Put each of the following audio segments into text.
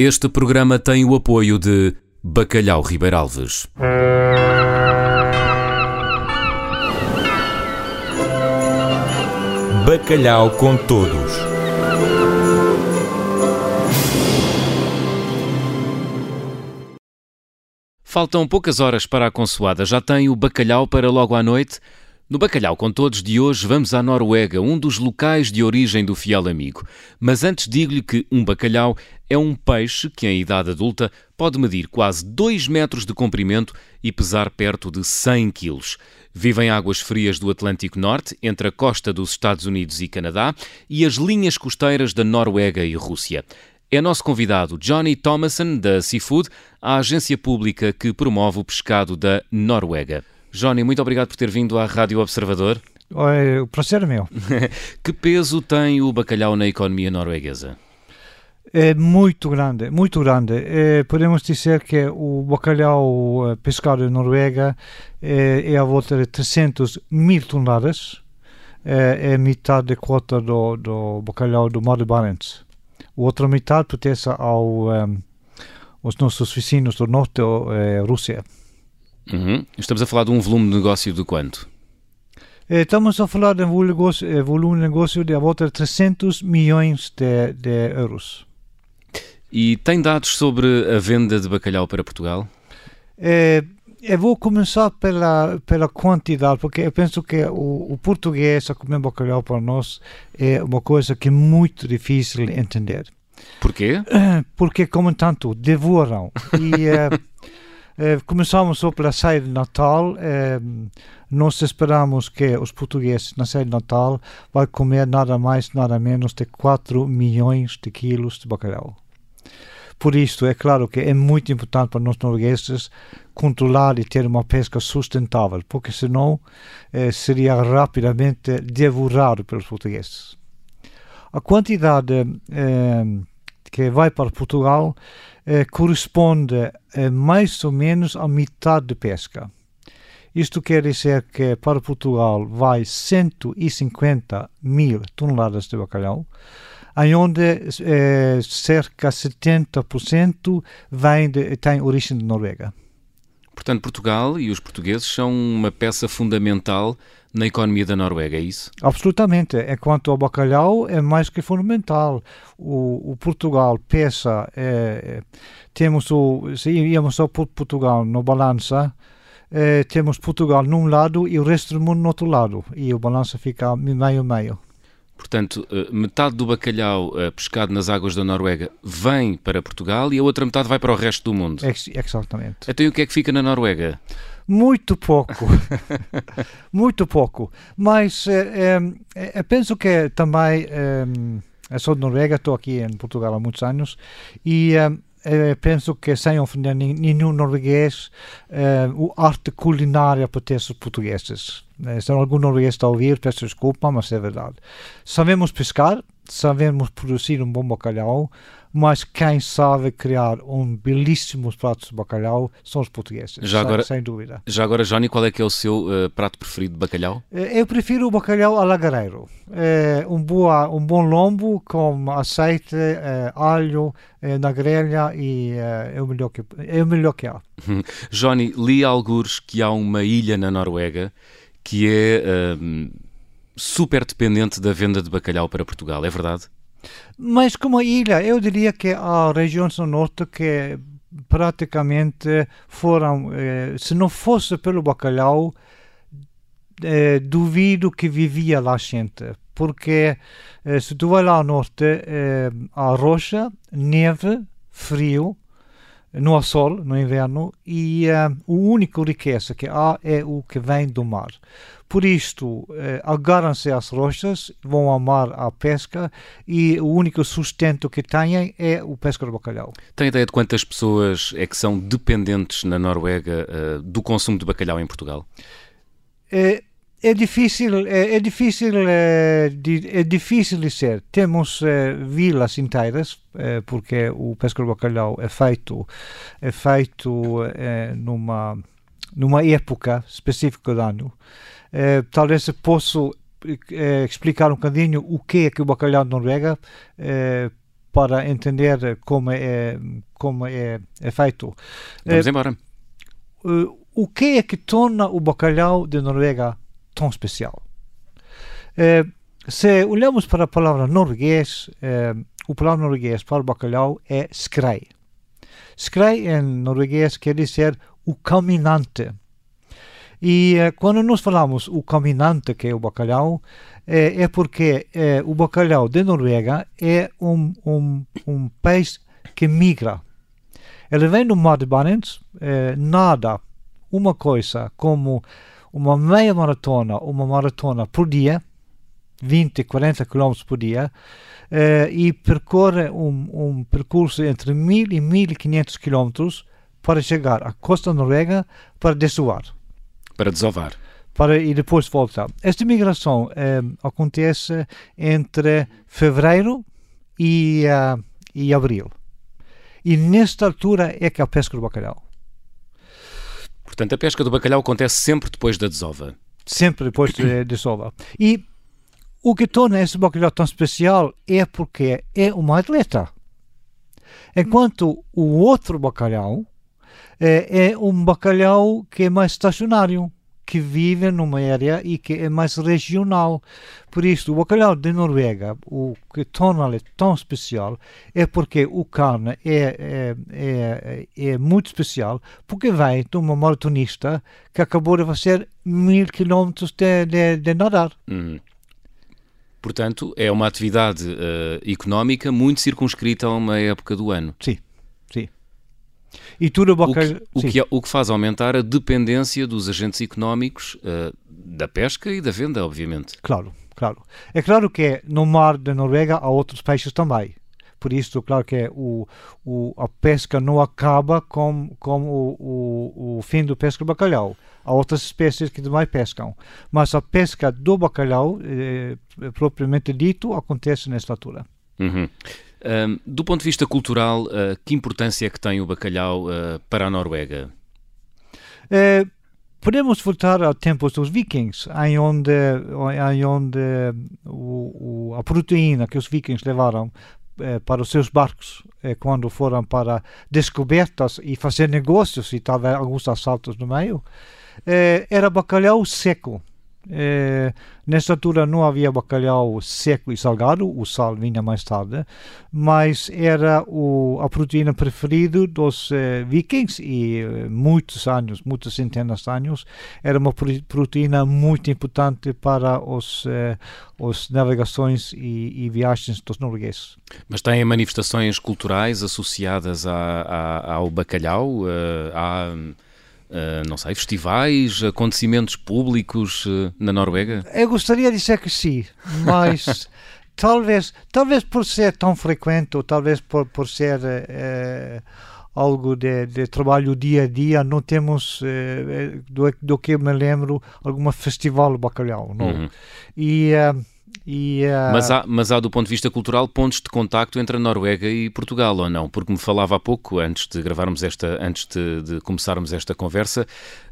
Este programa tem o apoio de Bacalhau Ribeiro Alves. Bacalhau com todos. Faltam poucas horas para a consoada. Já tem o bacalhau para logo à noite? No Bacalhau com Todos de hoje vamos à Noruega, um dos locais de origem do fiel amigo. Mas antes digo-lhe que um bacalhau é um peixe que em idade adulta pode medir quase 2 metros de comprimento e pesar perto de 100 quilos. Vive em águas frias do Atlântico Norte, entre a costa dos Estados Unidos e Canadá e as linhas costeiras da Noruega e Rússia. É nosso convidado Johnny Thomason, da Seafood, a agência pública que promove o pescado da Noruega. Johnny, muito obrigado por ter vindo à Rádio Observador. O prazer é meu. Que peso tem o bacalhau na economia norueguesa? É muito grande, muito grande. Podemos dizer que o bacalhau pescado na Noruega é à volta de 300 mil toneladas. É metade da cota do bacalhau do Mar de Barents. A outra metade pertence aos nossos vizinhos do norte, a Rússia. Uhum. Estamos a falar de um volume de negócio de quanto? Estamos a falar de um volume de negócio de a volta de 300 milhões de euros. E tem dados sobre a venda de bacalhau para Portugal? Eu vou começar pela quantidade, porque eu penso que o português a comer bacalhau para nós é uma coisa que é muito difícil de entender. Porquê? Porque comem tanto, devoram. Começamos só pela ceia de Natal. Nós esperamos que os portugueses na ceia de Natal vão comer nada mais, nada menos de 4 milhões de quilos de bacalhau. Por isso, é claro que é muito importante para nós noruegueses controlar e ter uma pesca sustentável, porque senão seria rapidamente devorado pelos portugueses. A quantidade que vai para Portugal corresponde mais ou menos à metade de pesca. Isto quer dizer que para Portugal vai 150 mil toneladas de bacalhau, onde cerca de 70% tem origem de Noruega. Portanto, Portugal e os portugueses são uma peça fundamental na economia da Noruega, é isso? Absolutamente. Quanto ao bacalhau, é mais que fundamental. O Portugal pesa, se íamos ao Portugal na balança, temos Portugal num lado e o resto do mundo no outro lado. E a balança fica meio-meio. Portanto, metade do bacalhau pescado nas águas da Noruega vem para Portugal e a outra metade vai para o resto do mundo. Exatamente. Então, e o que é que fica na Noruega? Muito pouco. Muito pouco. Mas eu penso que também, eu sou de Noruega, estou aqui em Portugal há muitos anos, e penso que sem ofender nenhum norueguês, a arte culinária pertence aos portugueses. Se algum norueguês está a ouvir, peço desculpa, mas é verdade. Sabemos pescar, sabemos produzir um bom bacalhau, mas quem sabe criar belíssimos pratos de bacalhau são os portugueses, sem dúvida. Já agora, Johnny, qual é que é o seu prato preferido de bacalhau? Eu prefiro o bacalhau à lagareiro. Um bom lombo com azeite, alho na grelha e é o melhor que há. Johnny, li algures que há uma ilha na Noruega que é super dependente da venda de bacalhau para Portugal, é verdade? Mas como a ilha, eu diria que há regiões no norte que praticamente foram, se não fosse pelo bacalhau, duvido que vivia lá gente. Porque se tu vai lá ao norte, há rocha, neve, frio, não há sol no inverno e a única riqueza que há é o que vem do mar. Por isto, agarram-se às rochas, vão amar a pesca e o único sustento que têm é o pesca do bacalhau. Tem ideia de quantas pessoas é que são dependentes na Noruega do consumo de bacalhau em Portugal? É difícil de ser. Temos vilas inteiras, porque o pesca do bacalhau é feito numa época específica do ano. Talvez eu possa explicar um bocadinho o que é que o bacalhau de Noruega para entender como é feito. Vamos embora. O que é que torna o bacalhau de Noruega tão especial? Se olhamos para a palavra norueguês, o palavra norueguês para o bacalhau é skrei. Skrei em norueguês quer dizer o caminante. E quando nós falamos o caminante, que é o bacalhau, é porque o bacalhau de Noruega é um peixe que migra. Ele vem do mar de Barents, nada uma coisa como uma meia maratona, uma maratona por dia, 20, 40 km por dia, e percorre um percurso entre 1000 e 1500 km para chegar à costa noruega para desovar. Para desovar. E depois voltar. Esta migração acontece entre fevereiro e abril. E nesta altura é que há pesca do bacalhau. Portanto, a pesca do bacalhau acontece sempre depois da desova. Sempre depois da desova. E o que torna esse bacalhau tão especial é porque é uma atleta. Enquanto o outro bacalhau é um bacalhau que é mais estacionário, que vive numa área e que é mais regional. Por isso, o bacalhau de Noruega, o que torna-lhe tão especial, é porque o carne é muito especial, porque vem de uma maratonista que acabou de fazer 1000 km de nadar. Portanto, é uma atividade económica muito circunscrita a uma época do ano. Sim, sim. E tudo o que faz aumentar a dependência dos agentes económicos da pesca e da venda, obviamente. Claro, claro. É claro que no mar da Noruega há outros peixes também. Por isso, claro que a pesca não acaba com o fim do pesca do bacalhau. Há outras espécies que também pescam. Mas a pesca do bacalhau, propriamente dito, acontece nesta altura. Do ponto de vista cultural, que importância é que tem o bacalhau para a Noruega? Podemos voltar a tempos dos vikings, em onde a proteína que os vikings levaram para os seus barcos, quando foram para descobertas e fazer negócios, e talvez alguns assaltos no meio, era bacalhau seco. Nesta altura não havia bacalhau seco e salgado, o sal vinha mais tarde, mas era a proteína preferida dos vikings e muitos centenas de anos, era uma proteína muito importante para as navegações e viagens dos noruegueses. Mas têm manifestações culturais associadas ao bacalhau? Não sei, festivais, acontecimentos públicos na Noruega? Eu gostaria de dizer que sim, mas talvez por ser tão frequente, ou talvez por ser algo de trabalho dia a dia, não temos, do que me lembro, algum festival de bacalhau, não? Mas há, do ponto de vista cultural, pontos de contacto entre a Noruega e Portugal, ou não? Porque me falava há pouco, antes de começarmos esta conversa,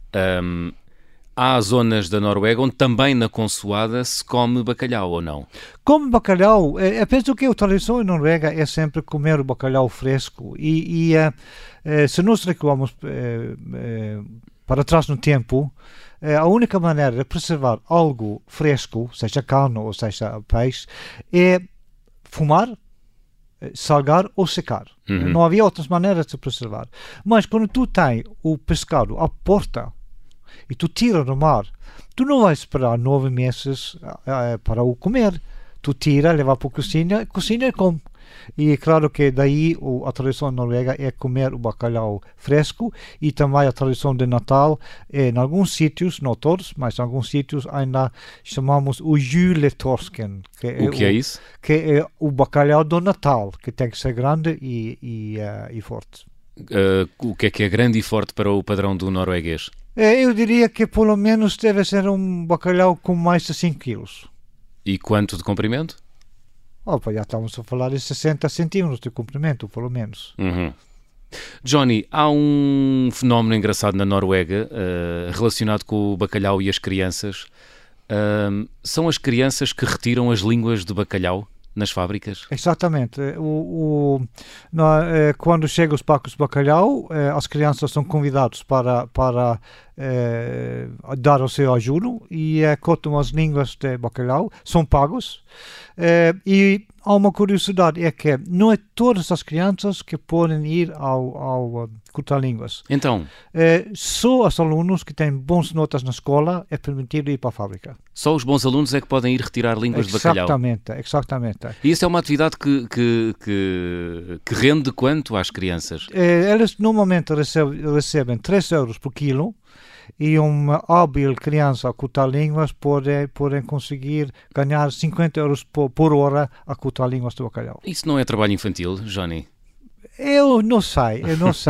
há zonas da Noruega onde também na consoada se come bacalhau, ou não? Come bacalhau. Eu penso que a tradição em Noruega é sempre comer o bacalhau fresco. Se nós recuamos para trás no tempo, a única maneira de preservar algo fresco, seja carne ou seja peixe, é fumar, salgar ou secar. Não havia outras maneiras de preservar. Mas quando tu tens o pescado à porta e tu tiras do mar, tu não vais esperar 9 meses para o comer. Tu tira, leva para a cozinha e come. E é claro que daí a tradição noruega é comer o bacalhau fresco, e também a tradição de Natal, em alguns sítios, não todos, mas em alguns sítios ainda chamamos o juletorsken. O que é isso? Que é o bacalhau do Natal, que tem que ser grande e forte. O que é grande e forte para o padrão do norueguês? Eu diria que pelo menos deve ser um bacalhau com mais de 5 quilos. E quanto de comprimento? Já estamos a falar de 60 centímetros de comprimento, pelo menos. Johnny, há um fenómeno engraçado na Noruega relacionado com o bacalhau e as crianças. São as crianças que retiram as línguas de bacalhau? nas fábricas? Exatamente. Quando chegam os pacos de bacalhau, as crianças são convidadas para dar o seu ajuno e cortam as línguas de bacalhau, são pagos. E há uma curiosidade, é que não é todas as crianças que podem ir ao cortar línguas. Então? Só os alunos que têm boas notas na escola é permitido ir para a fábrica. Só os bons alunos é que podem ir retirar línguas de bacalhau? Exatamente. E isso é uma atividade que rende quanto às crianças? Eles normalmente recebem 3 euros por quilo e uma hábil criança a cortar línguas pode conseguir ganhar 50 euros por hora a cortar línguas de bacalhau. Isso não é trabalho infantil, Johnny? Eu não sei.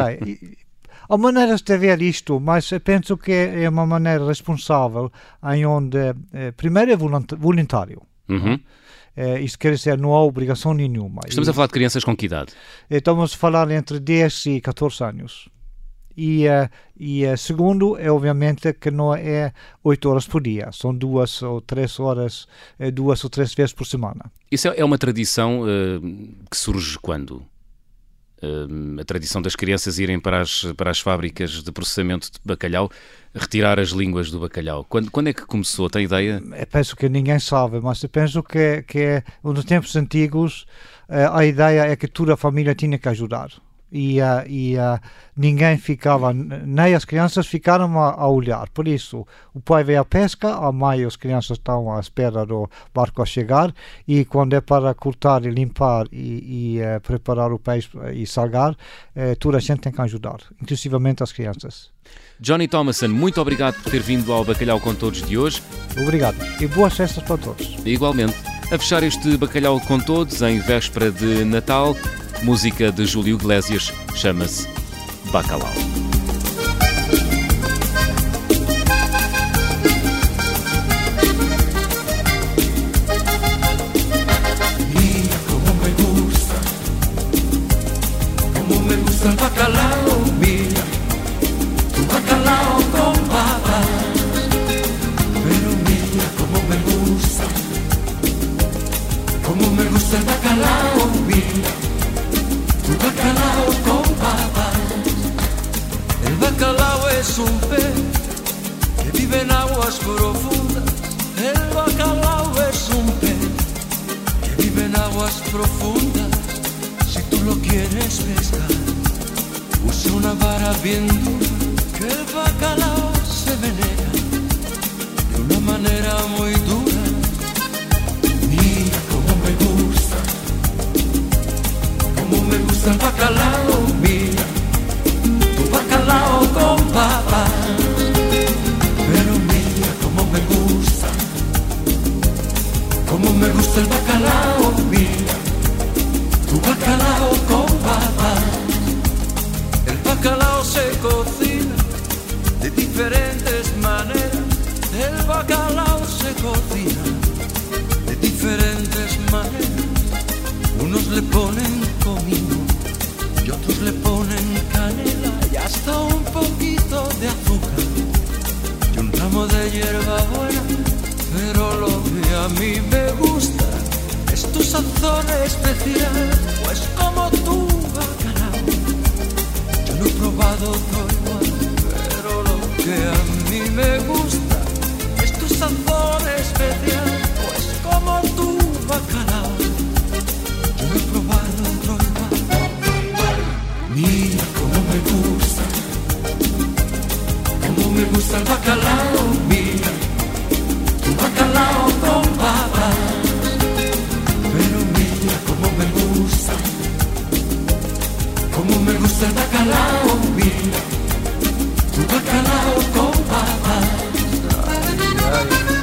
Há maneiras de ver isto, mas eu penso que é uma maneira responsável em onde, primeiro, é voluntário. Uhum. Isso quer dizer, não há obrigação nenhuma. Estamos a falar de crianças com que idade? Estamos a falar entre 10 e 14 anos. E segundo, é obviamente que não é 8 horas por dia, são 2 ou 3 horas, 2 ou 3 vezes por semana. Isso é uma tradição que surge quando? A tradição das crianças irem para as fábricas de processamento de bacalhau, retirar as línguas do bacalhau. Quando é que começou? Tem ideia? Eu penso que ninguém sabe, mas eu penso que nos tempos antigos a ideia é que toda a família tinha que ajudar. E ninguém ficava, nem as crianças ficaram a olhar. Por isso, o pai veio à pesca, a mãe e as crianças estão à espera do barco a chegar, e quando é para cortar e limpar e preparar o peixe e salgar, toda a gente tem que ajudar, inclusivamente as crianças. Johnny Thomason, muito obrigado por ter vindo ao Bacalhau com Todos de hoje. Obrigado e boas festas para todos. Igualmente. A fechar este Bacalhau com Todos, em véspera de Natal, música de Júlio Iglesias, chama-se Bacalhau. Mira como me gusta el bacalao, mira, tu bacalao con papas, pero mira como me gusta el bacalao, mira, tu bacalao con papas. El bacalao es un pez que vive en aguas profundas. El bacalao es un pez que vive en aguas profundas. Si tú lo quieres pescar, usa una vara bien dura, que el bacalao se venera de una manera muy dura. Mira cómo me gusta el bacalao, mira, tu bacalao con papas. Pero mira cómo me gusta el bacalao, mira, tu bacalao con papas. El bacalao se cocina de diferentes maneras. El bacalao se cocina de diferentes maneras. Unos le ponen comino y otros le ponen canela y hasta un poquito de azúcar y un ramo de hierbabuena. Pero lo que a mí me gusta es tu sazón especial, pues como tu bacalao yo no he probado otro igual. Pero lo que a mí me gusta es tu sazón especial, pues como tu bacalao yo no he probado otro igual. Mira cómo me gusta el bacalao, mira, tu bacalao con papas. Pero mira cómo me gusta el bacalao, mira, tu bacalao con papas. Ay, ay.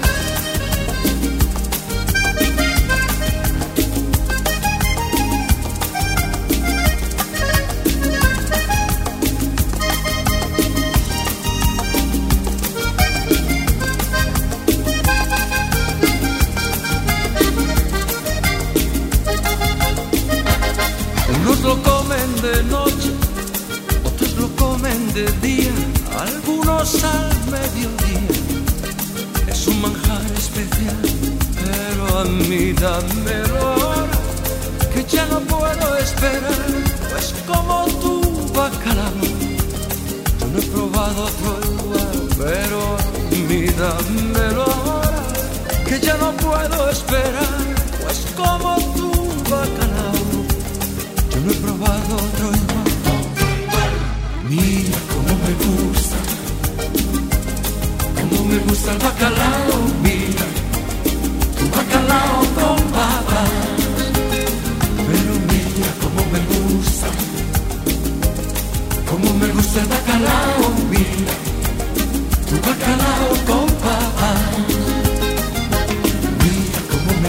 Unos lo comen de noche, otros lo comen de día, algunos al mediodía. Es un manjar especial, pero a mí dámelo ahora, ya no puedo esperar, pues como tu bacalao, yo no he probado otro igual, pero mira, dámelo ahora, que ya no puedo esperar, pues como tu bacalao, yo no he probado otro igual. Mira cómo me gusta el bacalao, mira, tu bacalao con papas. Pero mira cómo me gusta el bacalao, mira, tu bacalao con papas. Mira cómo me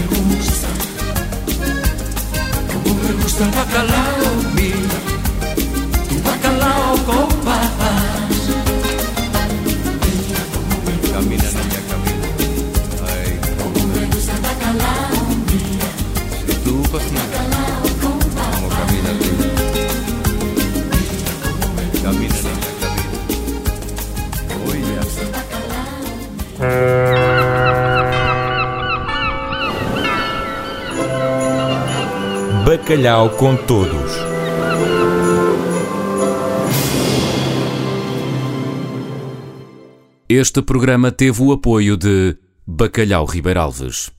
gusta el bacalao, mira, tu bacalao con papas. Mira cómo me gusta. Camina, niña, camina. Ay, cómo me gusta el bacalao, mira, si tú cocinas, como camina, niña. Camina, niña, camina. Oye, Bacalhau com Todos. Este programa teve o apoio de Bacalhau Ribeiralves.